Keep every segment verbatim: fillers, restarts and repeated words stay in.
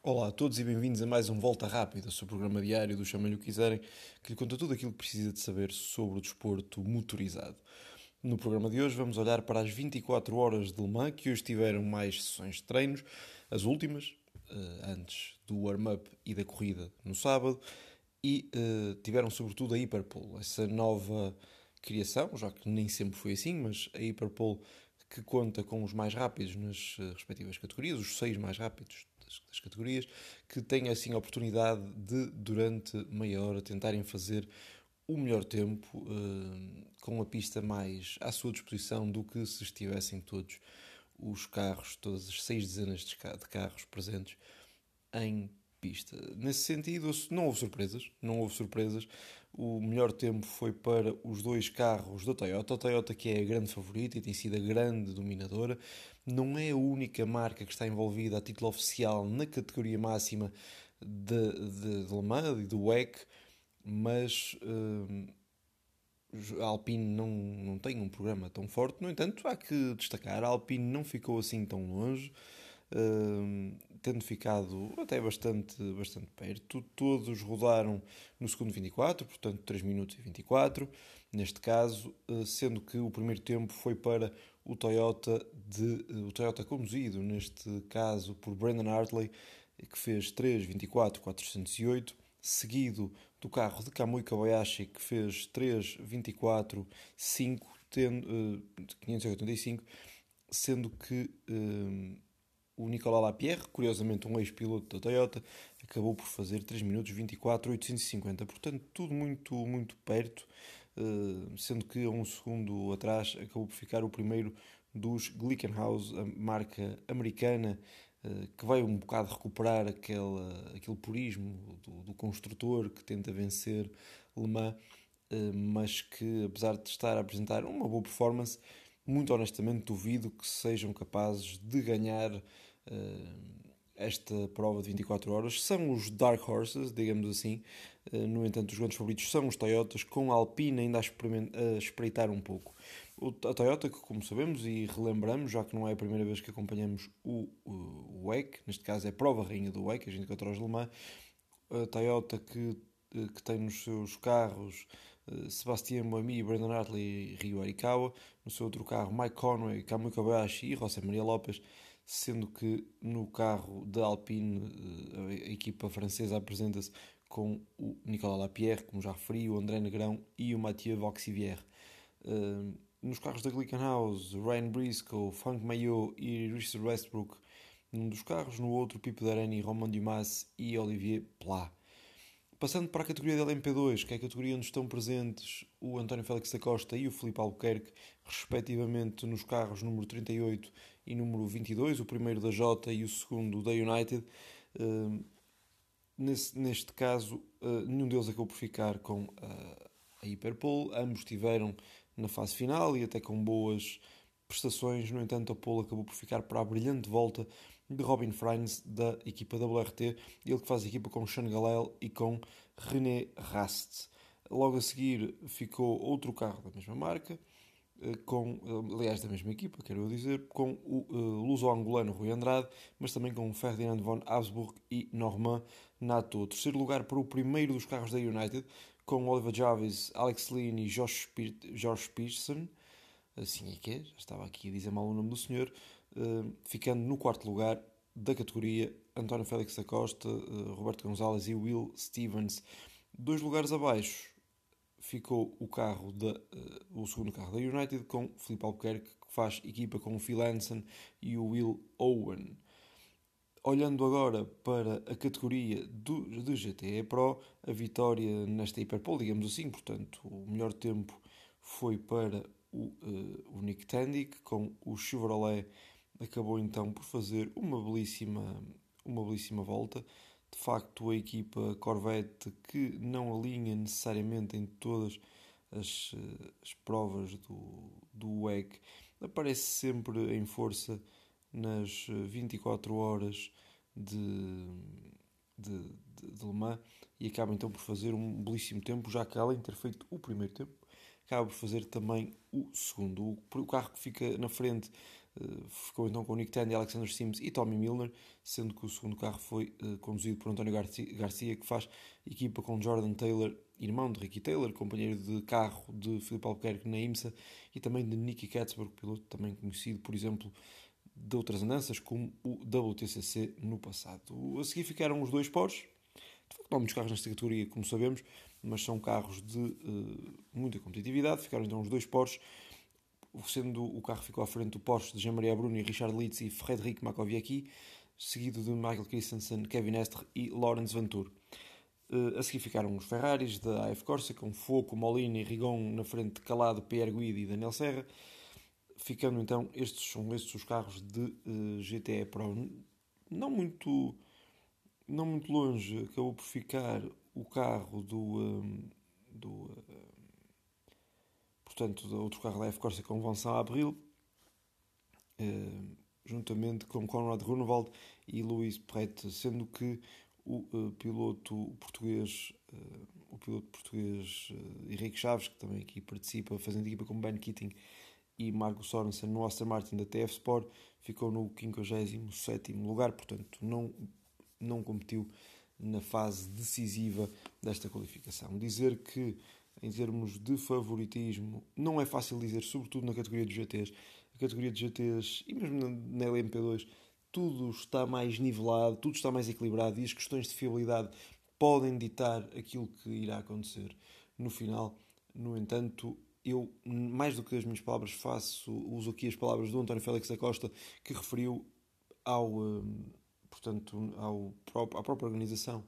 Olá a todos e bem-vindos a mais um Volta Rápida, o seu programa diário do Chamem-lhe o que quiserem, que lhe conta tudo aquilo que precisa de saber sobre o desporto motorizado. No programa de hoje vamos olhar para as vinte e quatro horas de Le Mans, que hoje tiveram mais sessões de treinos, as últimas, eh, antes do warm-up e da corrida no sábado, e eh, tiveram sobretudo a Hyperpole, essa nova criação, já que nem sempre foi assim, mas a Hyperpole que conta com os mais rápidos nas eh, respectivas categorias, os seis mais rápidos das, das categorias, que têm assim a oportunidade de, durante meia hora, tentarem fazer o melhor tempo, eh, com a pista mais à sua disposição do que se estivessem todos os carros, todas as seis dezenas de carros presentes em pista. Nesse sentido, não houve surpresas, não houve surpresas. O melhor tempo foi para os dois carros da Toyota. A Toyota, que é a grande favorita e tem sido a grande dominadora, não é a única marca que está envolvida a título oficial na categoria máxima de, de, de Le Mans e do W E C, mas hum, a Alpine não, não tem um programa tão forte. No entanto, há que destacar, a Alpine não ficou assim tão longe, hum, tendo ficado até bastante, bastante perto. Todos rodaram no segundo vinte e quatro, portanto três minutos e vinte e quatro, neste caso, eh, sendo que o primeiro tempo foi para o Toyota, de, o Toyota conduzido, neste caso, por Brandon Hartley, que fez três vinte e quatro quatrocentos e oito, seguido do carro de Kamui Kobayashi, que fez três vinte e quatro cinco, tendo, uh, quinhentos e oitenta e cinco, sendo que uh, o Nicolas Lapierre, curiosamente um ex-piloto da Toyota, acabou por fazer três minutos vinte e quatro oitocentos e cinquenta. Portanto, tudo muito, muito perto, uh, sendo que a um segundo atrás acabou por ficar o primeiro dos Glickenhaus, a marca americana, que vai um bocado recuperar aquele, aquele purismo do, do construtor que tenta vencer Le Mans, mas que, apesar de estar a apresentar uma boa performance, muito honestamente duvido que sejam capazes de ganhar uh, esta prova de vinte e quatro horas. São os Dark Horses, digamos assim. Uh, no entanto, os grandes favoritos são os Toyotas, com a Alpine ainda a, a espreitar um pouco. A Toyota, que como sabemos e relembramos, já que não é a primeira vez que acompanhamos o, o, o W E C, neste caso é a prova rainha do W E C, as vinte e quatro horas de Le Mans, a Toyota que, que tem nos seus carros Sebastian Buemi, Brandon Hartley e Ryo Arikawa, no seu outro carro Mike Conway, Kamui Kobayashi e José Maria Lopes, sendo que no carro da Alpine a equipa francesa apresenta-se com o Nicolas Lapierre, como já referi, o André Negrão e o Mathieu Vauxivière. Nos carros da Glickenhaus, Ryan Briscoe, Frank Maillot e Richard Westbrook num dos carros, no outro Pipo Derani, Romain Dumas e Olivier Pla. Passando para a categoria da L M P dois, que é a categoria onde estão presentes o António Félix da Costa e o Filipe Albuquerque, respectivamente nos carros número trinta e oito e número vinte e dois, o primeiro da Jota e o segundo da United. Uh, nesse, neste caso, uh, nenhum deles acabou por ficar com uh, a Hyperpole, ambos tiveram na fase final e até com boas prestações. No entanto, a pole acabou por ficar para a brilhante volta de Robin Frijns da equipa W R T, ele que faz equipa com Sean Galel e com René Rast. Logo a seguir ficou outro carro da mesma marca, com, aliás da mesma equipa, quero eu dizer, com o uh, luso-angolano Rui Andrade, mas também com Ferdinand von Habsburg e Normand Nato. Terceiro lugar para o primeiro dos carros da United, com Oliver Jarvis, Alex Lynn e Josh, George Pearson. Assim é que é, já estava aqui a dizer mal o nome do senhor, uh, ficando no quarto lugar da categoria António Félix da Costa, uh, Roberto Gonzalez e Will Stevens. Dois lugares abaixo ficou o carro da, uh, o segundo carro da United, com Filipe Albuquerque, que faz equipa com o Phil Hansen e o Will Owen. Olhando agora para a categoria do, do G T E Pro, a vitória nesta Hyperpole, digamos assim, portanto, o melhor tempo foi para o, uh, o Nick Tandy, que com o Chevrolet acabou então por fazer uma belíssima, uma belíssima volta. De facto, a equipa Corvette, que não alinha necessariamente em todas as, as provas do, do W E C, aparece sempre em força nas vinte e quatro horas de, de, de, de Le Mans, e acaba então por fazer um belíssimo tempo, já que além de ter feito o primeiro tempo, acaba por fazer também o segundo. O, o carro que fica na frente Uh, ficou então com Nick Tandy, Alexander Sims e Tommy Milner, sendo que o segundo carro foi uh, conduzido por António Garcia, que faz equipa com Jordan Taylor, irmão de Ricky Taylor, companheiro de carro de Filipe Albuquerque na IMSA, e também de Nicky Catsburg, piloto também conhecido, por exemplo, de outras andanças, como o W T C C no passado. A seguir ficaram os dois Porsche. De facto, não há muitos carros nesta categoria, como sabemos, mas são carros de uh, muita competitividade. Ficaram então os dois Porsche, sendo o carro que ficou à frente do Porsche de Jean-Marie Bruni, Richard Lietz e Frédéric Makowiecki, seguido de Michael Christensen, Kevin Estre e Laurens Vanthoor. Uh, a seguir ficaram os Ferraris da A F Corsa, com Foco, Molina e Rigon na frente de Calado, Pierre Guidi e Daniel Serra. Ficando então, estes são estes os carros de uh, G T E Pro. Não muito, não muito longe, acabou por ficar o carro do... Um, do uh, portanto, do outro carro da F Corsa com Vincent Abril, uh, juntamente com Conrad Grunewald e Luís Pret, sendo que o uh, piloto português, uh, o piloto português uh, Henrique Chaves, que também aqui participa, fazendo equipa com Ben Keating e Marco Sorensen no Aston Martin da T F Sport, ficou no quinquagésimo sétimo lugar, portanto não, não competiu na fase decisiva desta qualificação. Dizer que, em termos de favoritismo, não é fácil dizer, sobretudo na categoria de G Ts. A categoria de G Ts, e mesmo na L M P dois, tudo está mais nivelado, tudo está mais equilibrado e as questões de fiabilidade podem ditar aquilo que irá acontecer no final. No entanto, eu, mais do que as minhas palavras, faço, uso aqui as palavras do António Félix da Costa, que referiu ao, portanto, ao, à própria organização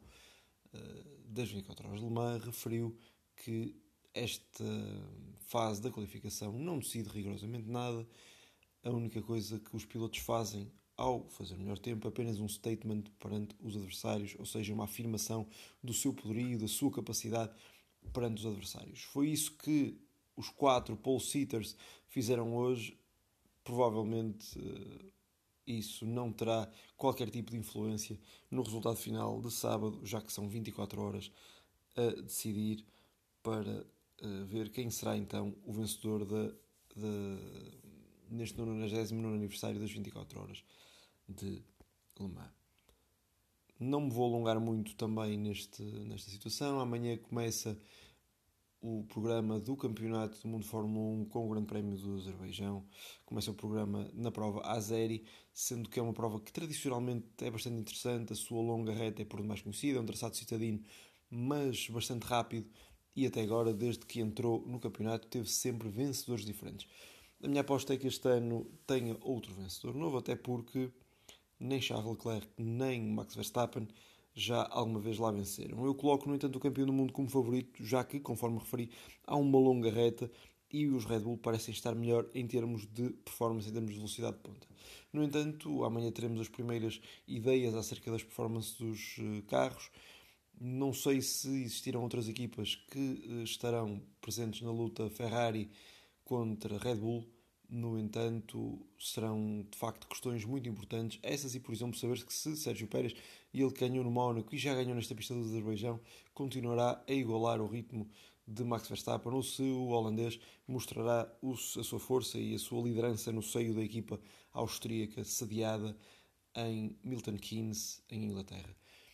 das vinte e quatro horas de Le Mans, referiu que esta fase da qualificação não decide rigorosamente nada. A única coisa que os pilotos fazem ao fazer o melhor tempo é apenas um statement perante os adversários, ou seja, uma afirmação do seu poderio, da sua capacidade perante os adversários. Foi isso que os quatro pole sitters fizeram hoje. Provavelmente isso não terá qualquer tipo de influência no resultado final de sábado, já que são vinte e quatro horas a decidir para ver quem será então o vencedor da, da, neste nonagésimo nono aniversário das vinte e quatro horas de Le Mans. Não me vou alongar muito também neste, nesta situação. Amanhã começa o programa do Campeonato do Mundo de Fórmula um com o Grande Prémio do Azerbaijão. Começa o programa na prova Azeri, sendo que é uma prova que tradicionalmente é bastante interessante. A sua longa reta é por demais conhecida, é um traçado citadino, mas bastante rápido, e até agora, desde que entrou no campeonato, teve sempre vencedores diferentes. A minha aposta é que este ano tenha outro vencedor novo, até porque nem Charles Leclerc nem Max Verstappen já alguma vez lá venceram. Eu coloco, no entanto, o campeão do mundo como favorito, já que, conforme referi, há uma longa reta e os Red Bull parecem estar melhor em termos de performance, em termos de velocidade de ponta. No entanto, amanhã teremos as primeiras ideias acerca das performances dos carros. Não sei se existirão outras equipas que estarão presentes na luta Ferrari contra Red Bull. No entanto, serão de facto questões muito importantes. Essas e, por exemplo, saber que se Sérgio Pérez, e ele que ganhou no Mónaco e já ganhou nesta pista do Azerbaijão, continuará a igualar o ritmo de Max Verstappen, ou se o holandês mostrará a sua força e a sua liderança no seio da equipa austríaca sediada em Milton Keynes, em Inglaterra.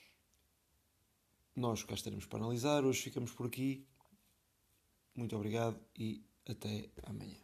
Nós cá estaremos para analisar. Hoje ficamos por aqui. Muito obrigado e até amanhã.